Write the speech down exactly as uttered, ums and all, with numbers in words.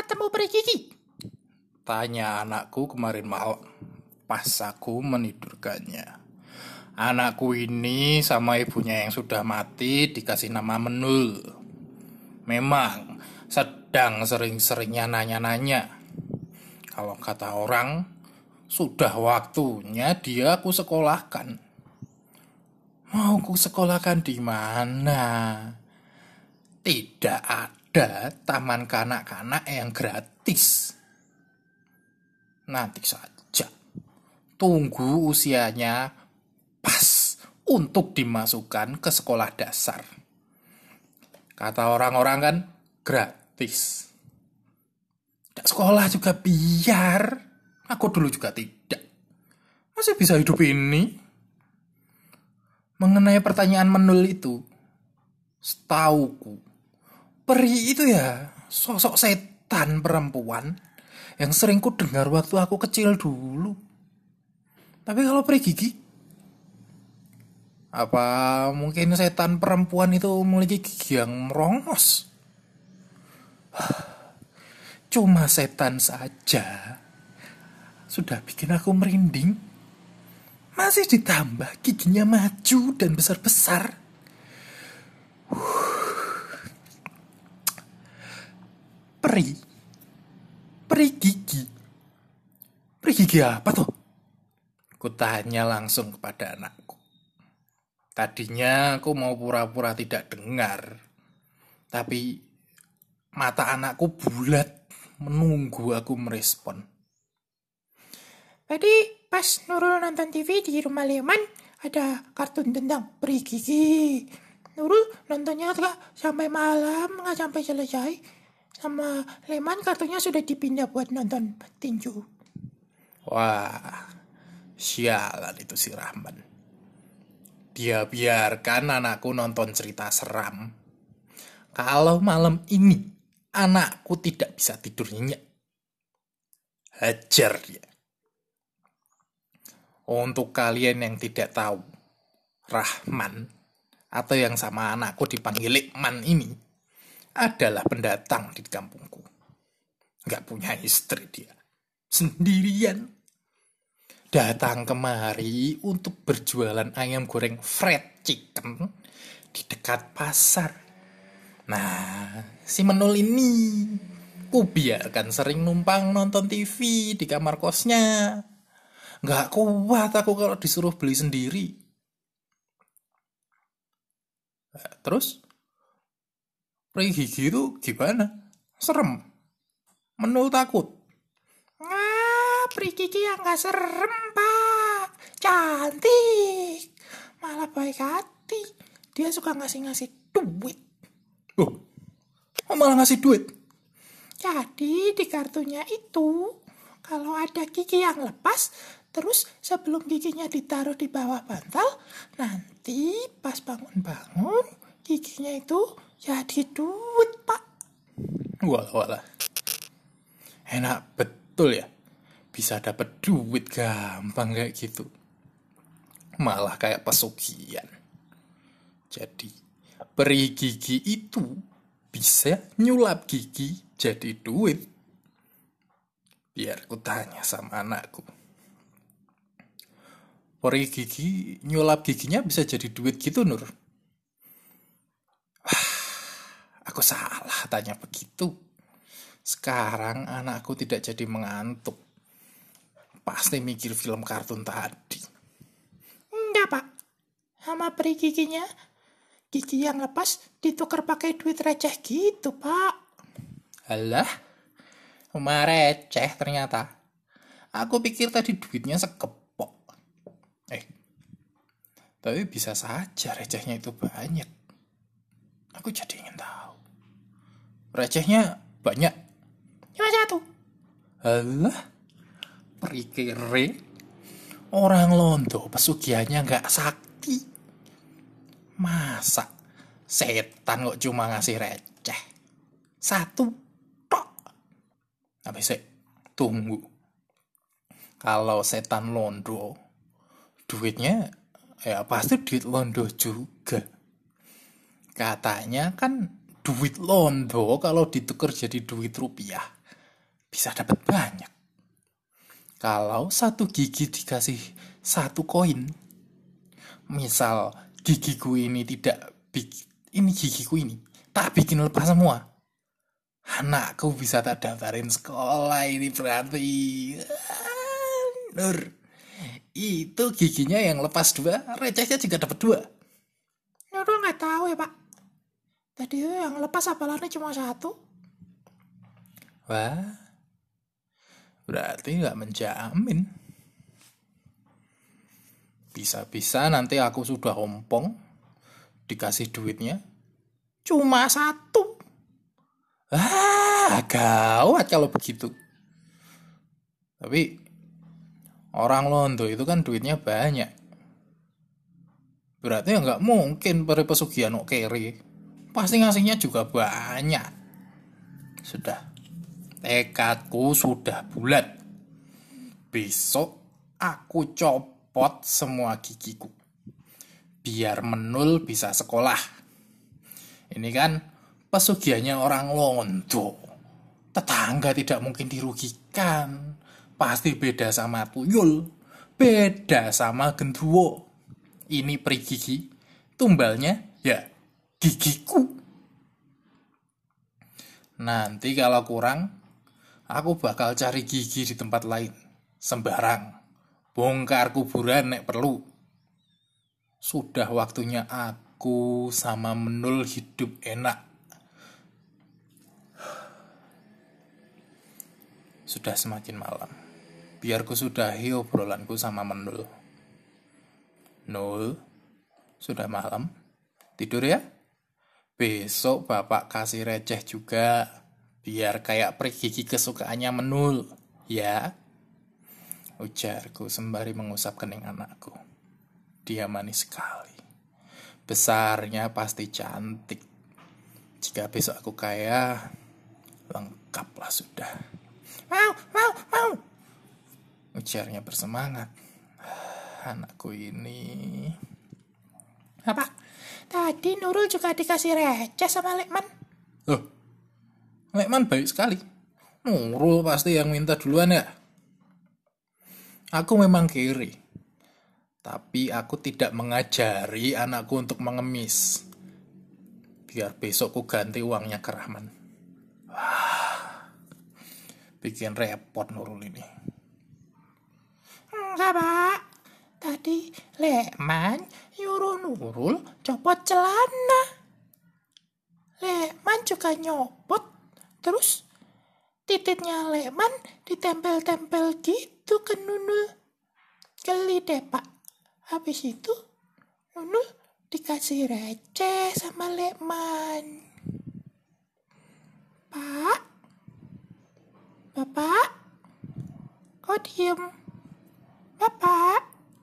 ketemu Peri Gigi? Tanya anakku kemarin malam pas aku menidurkannya. Anakku ini sama ibunya yang sudah mati dikasih nama Menul. Memang sedang sering-seringnya nanya-nanya. Kalau kata orang, sudah waktunya dia aku sekolahkan. Mau ku sekolahkan di mana? Tidak ada taman kanak-kanak yang gratis. Nanti saja. Tunggu usianya pas untuk dimasukkan ke sekolah dasar. Kata orang-orang kan gratis. Tidak sekolah juga biar. Aku dulu juga tidak. Masih bisa hidup ini. Mengenai pertanyaan Menul itu, setauku, Peri itu ya sosok setan perempuan yang sering ku dengar waktu aku kecil dulu. Tapi kalau Peri Gigi, apa mungkin setan perempuan itu memiliki gigi yang merongos? Cuma setan saja sudah bikin aku merinding. Masih ditambah giginya maju dan besar-besar. Peri Peri gigi Peri gigi apa tuh? Kutanya langsung kepada anakku. Tadinya aku mau pura-pura tidak dengar. Tapi mata anakku bulat menunggu aku merespon. Tadi pas Nurul nonton T V di rumah Leman, ada kartun tentang Peri Gigi. Nurul nontonnya gak sampai malam, gak sampai selesai. Sama Leman kartunya sudah dipindah buat nonton tinju. Wah, sialan itu si Rahman. Dia biarkan anakku nonton cerita seram. Kalau malam ini anakku tidak bisa tidur nyenyak, hajar dia. Untuk kalian yang tidak tahu, Rahman atau yang sama anakku dipanggil Lekman ini adalah pendatang di kampungku. Gak punya istri dia, sendirian. Datang kemari untuk berjualan ayam goreng fried chicken di dekat pasar. Nah, si Menul ini ku biarkan sering numpang nonton T V di kamar kosnya. Gak kuat aku kalau disuruh beli sendiri. Nah, terus Peri Gigi itu gimana? Serem? Menul takut? Wah, Peri Gigi yang gak serem, Pak. Cantik. Malah baik hati. Dia suka ngasih-ngasih duit. Oh, oh malah ngasih duit? Jadi di kartunya itu, kalau ada gigi yang lepas, terus sebelum giginya ditaruh di bawah bantal, nanti pas bangun-bangun, giginya itu jadi duit, Pak. Walah, walah. Enak betul ya. Bisa dapat duit gampang kayak gitu. Malah kayak pesugihan. Jadi, Peri Gigi itu bisa nyulap gigi jadi duit. Biar ku tanya sama anakku. Peri Gigi nyulap giginya bisa jadi duit gitu, Nur? Wah, aku salah tanya begitu. Sekarang anakku tidak jadi mengantuk. Pasti mikir film kartun tadi. Enggak, Pak. Sama Peri Giginya, gigi yang lepas ditukar pakai duit receh gitu, Pak. Alah, rumah receh ternyata. Aku pikir tadi duitnya sekepok. Eh, tapi bisa saja recehnya itu banyak. Aku jadi ingin tahu. Recehnya banyak. Cuma satu. Alah, perikere. Orang londo pesugihannya gak sakti. Masa setan kok cuma ngasih receh? Satu tok. Tapi sih, tunggu. Kalau setan londo, duitnya ya pasti duit londo juga. Katanya kan duit londo kalau ditukar jadi duit rupiah bisa dapat banyak. Kalau satu gigi dikasih satu koin, misal gigiku ini tidak ini gigiku ini tak bikin lepas semua, anakku bisa tak daftarin sekolah. Ini berarti Nur, itu giginya yang lepas dua, recehnya juga dapat dua. Nurul nggak tahu ya Pak. Tadi yang lepas hafalannya cuma satu. Wah, berarti nggak menjamin. Bisa-bisa nanti aku sudah ompong, dikasih duitnya cuma satu. Ah, gawat kalau begitu. Tapi orang Londo itu kan duitnya banyak. Berarti ya nggak mungkin peri pesugihan kok kere. Pasti ngasihnya juga banyak. Sudah, tekadku sudah bulat. Besok aku copot semua gigiku, biar Menul bisa sekolah. Ini kan pesugihannya orang Londo. Tetangga tidak mungkin dirugikan. Pasti beda sama tuyul, beda sama genderuwo. Ini peri gigi, tumbalnya ya gigiku. Nanti kalau kurang, aku bakal cari gigi di tempat lain. Sembarang, bongkar kuburan nek perlu. Sudah waktunya aku sama Menul hidup enak. Sudah semakin malam. Biar ku sudahi obrolanku sama Menul. Nul, sudah malam. Tidur ya. Besok bapak kasih receh juga, biar kayak peri gigi kesukaannya Menul, ya. Ujarku sembari mengusap kening anakku. Dia manis sekali. Besarnya pasti cantik. Jika besok aku kaya, lengkaplah sudah. Mau, mau, mau. Ujarnya bersemangat. Anakku ini. Apa? Tadi Nurul juga dikasih receh sama Lekman. Loh, Lekman baik sekali. Nurul pasti yang minta duluan ya. Aku memang kiri, tapi aku tidak mengajari anakku untuk mengemis. Biar besok ku ganti uangnya ke Rahman. Wah, bikin repot Nurul ini. Enggak Pak. Tadi Lekman nyuruh Nurul copot celana. Lekman juga nyopot. Terus titiknya Lekman ditempel-tempel gitu ke Nunul. Geli deh Pak. Habis itu Nunul dikasih receh sama Lekman. Pak? Bapak? Kok diem? Bapak?